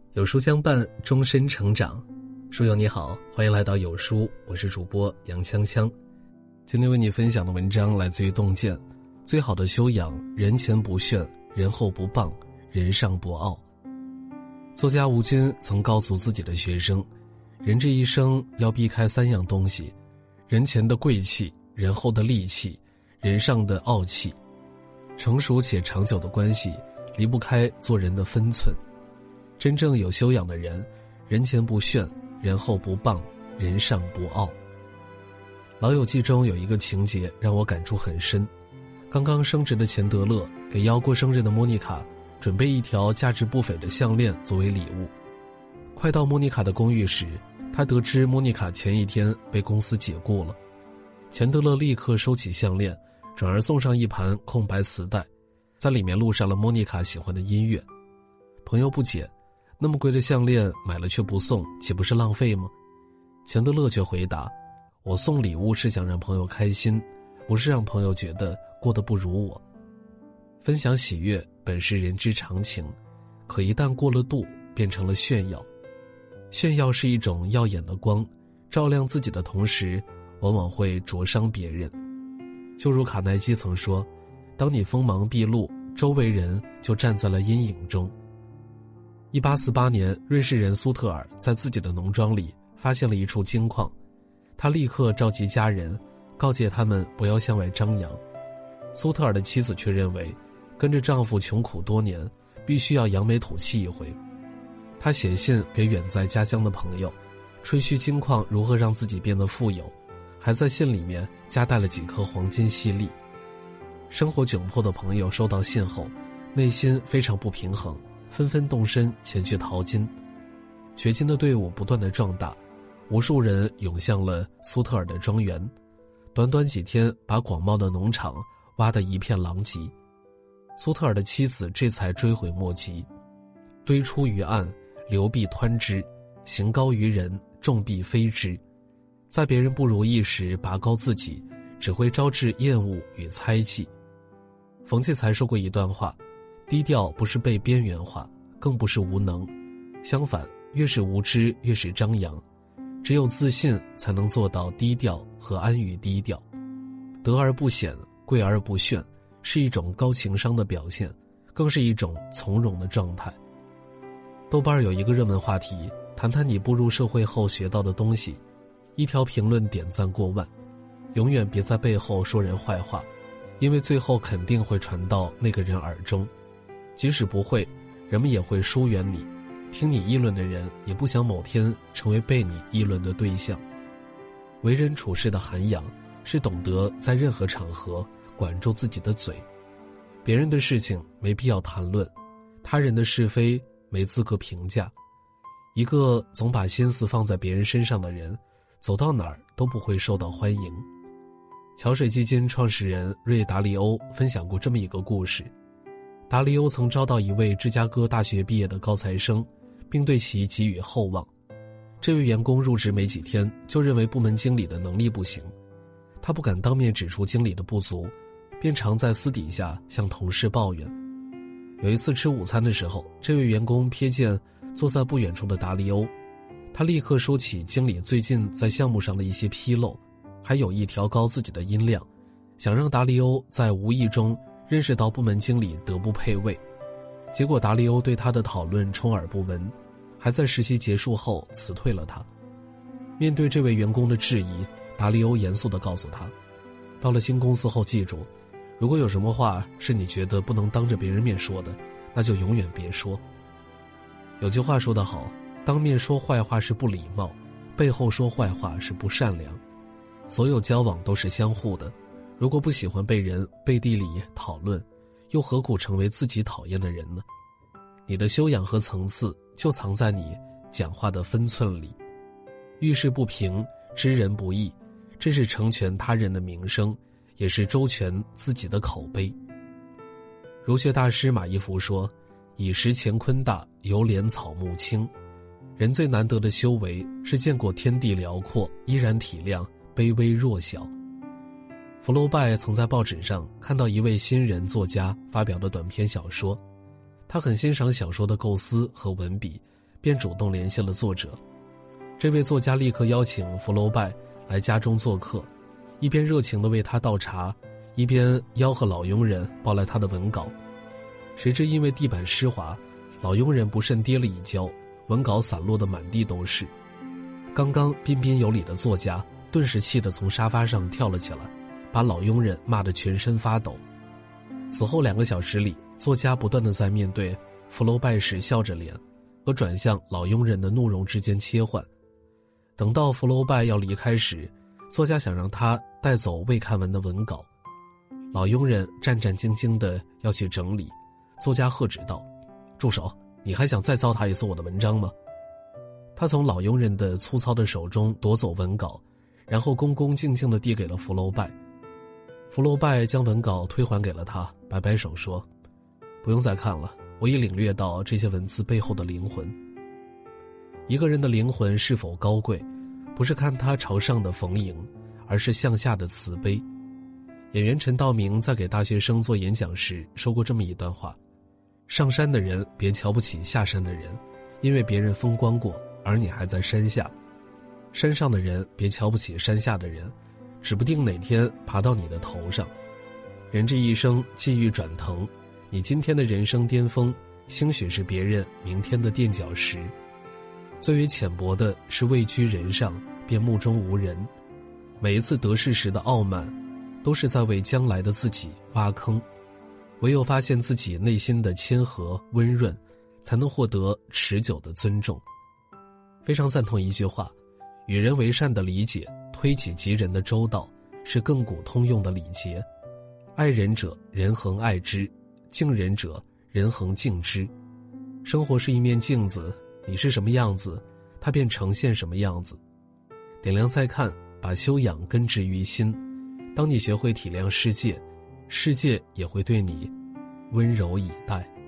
有书相伴，终身成长。书友你好，欢迎来到有书，我是主播杨锵锵。今天为你分享的文章来自于洞见。最好的修养，人前不炫，人后不傍，人上不傲。作家吴军曾告诉自己的学生，人这一生要避开3样东西：人前的贵气，人后的戾气，人上的傲气。成熟且长久的关系离不开做人的分寸。真正有修养的人，人前不炫，人后不傍，人上不傲。老友记中有一个情节让我感触很深。刚刚升职的钱德勒给要过生日的莫妮卡准备一条价值不菲的项链作为礼物。快到莫妮卡的公寓时，他得知莫妮卡前一天被公司解雇了。钱德勒立刻收起项链，转而送上一盘空白磁带，在里面录上了莫妮卡喜欢的音乐。朋友不解，那么贵的项链买了却不送，岂不是浪费吗？钱德勒却回答，我送礼物是想让朋友开心，不是让朋友觉得过得不如我。分享喜悦本是人之常情，可一旦过了度，变成了炫耀。炫耀是一种耀眼的光，照亮自己的同时，往往会灼伤别人。就如卡耐基曾说，当你锋芒毕露，周围人就站在了阴影中。1848年，瑞士人苏特尔在自己的农庄里发现了一处金矿，他立刻召集家人，告诫他们不要向外张扬。苏特尔的妻子却认为，跟着丈夫穷苦多年，必须要扬眉吐气一回。她写信给远在家乡的朋友，吹嘘金矿如何让自己变得富有，还在信里面夹带了几颗黄金细粒。生活窘迫的朋友收到信后，内心非常不平衡，纷纷动身前去淘金。掘金的队伍不断的壮大，无数人涌向了苏特尔的庄园，短短几天把广袤的农场挖得一片狼藉。苏特尔的妻子这才追悔莫及，堆出于岸，流必湍之，行高于人，众必非之。在别人不如意时拔高自己，只会招致厌恶与猜忌。冯骥才说过一段话，低调不是被边缘化，更不是无能，相反，越是无知越是张扬。只有自信才能做到低调和安于低调。得而不显，贵而不炫，是一种高情商的表现，更是一种从容的状态。豆瓣有一个热门话题，谈谈你步入社会后学到的东西。一条评论点赞过万。永远别在背后说人坏话，因为最后肯定会传到那个人耳中。即使不会，人们也会疏远你，听你议论的人也不想某天成为被你议论的对象。为人处事的涵养是懂得在任何场合管住自己的嘴。别人的事情没必要谈论，他人的是非没资格评价。一个总把心思放在别人身上的人，走到哪儿都不会受到欢迎。桥水基金创始人瑞达利欧分享过这么一个故事。达利欧曾招到一位芝加哥大学毕业的高材生，并对其给予厚望。这位员工入职没几天，就认为部门经理的能力不行。他不敢当面指出经理的不足，便常在私底下向同事抱怨。有一次吃午餐的时候，这位员工瞥见坐在不远处的达利欧，他立刻说起经理最近在项目上的一些纰漏，还有意调高自己的音量，想让达利欧在无意中认识到部门经理德不配位。结果达利欧对他的讨论充耳不闻，还在实习结束后辞退了他。面对这位员工的质疑，达利欧严肃地告诉他，到了新公司后记住，如果有什么话是你觉得不能当着别人面说的，那就永远别说。有句话说得好，当面说坏话是不礼貌，背后说坏话是不善良。所有交往都是相互的，如果不喜欢被人背地里讨论，又何苦成为自己讨厌的人呢？你的修养和层次就藏在你讲话的分寸里。遇事不平，知人不易，这是成全他人的名声，也是周全自己的口碑。儒学大师马一夫说，以识乾坤大，犹怜草木青。人最难得的修为是见过天地辽阔，依然体谅卑微弱小。福楼拜曾在报纸上看到一位新人作家发表的短篇小说，他很欣赏小说的构思和文笔， 便主动联系了作者。这位作家立刻邀请福楼拜来家中做客，一边热情地为他倒茶，一边吆喝老佣人报来他的文稿。谁知因为地板湿滑，老佣人不慎跌了一跤，文稿散落得满地都是。刚刚彬彬有礼的作家顿时气得从沙发上跳了起来，把老佣人骂得全身发抖。此后2个小时里，作家不断地在面对福楼拜时笑着脸和转向老佣人的怒容之间切换。等到福楼拜要离开时，作家想让他带走未看完的文稿，老佣人战战兢兢地要去整理。作家喝止道：“住手！你还想再糟蹋一次我的文章吗？”他从老佣人的粗糙的手中夺走文稿，然后恭恭敬敬地递给了福楼拜。福楼拜将文稿推还给了他，摆摆手说：“不用再看了，我已领略到这些文字背后的灵魂。”一个人的灵魂是否高贵，不是看他朝上的逢迎，而是向下的慈悲。演员陈道明在给大学生做演讲时说过这么一段话：上山的人别瞧不起下山的人，因为别人风光过，而你还在山下；山上的人别瞧不起山下的人，指不定哪天爬到你的头上。人这一生际遇转腾，你今天的人生巅峰，兴许是别人明天的垫脚石。最为浅薄的是位居人上，便目中无人。每一次得势时的傲慢，都是在为将来的自己挖坑。唯有发现自己内心的谦和温润，才能获得持久的尊重。非常赞同一句话：与人为善的理解，推己及人的周到，是亘古通用的礼节。爱人者，人恒爱之；敬人者，人恒敬之。生活是一面镜子，你是什么样子，它便呈现什么样子。点亮再看，把修养根植于心。当你学会体谅世界，世界也会对你温柔以待。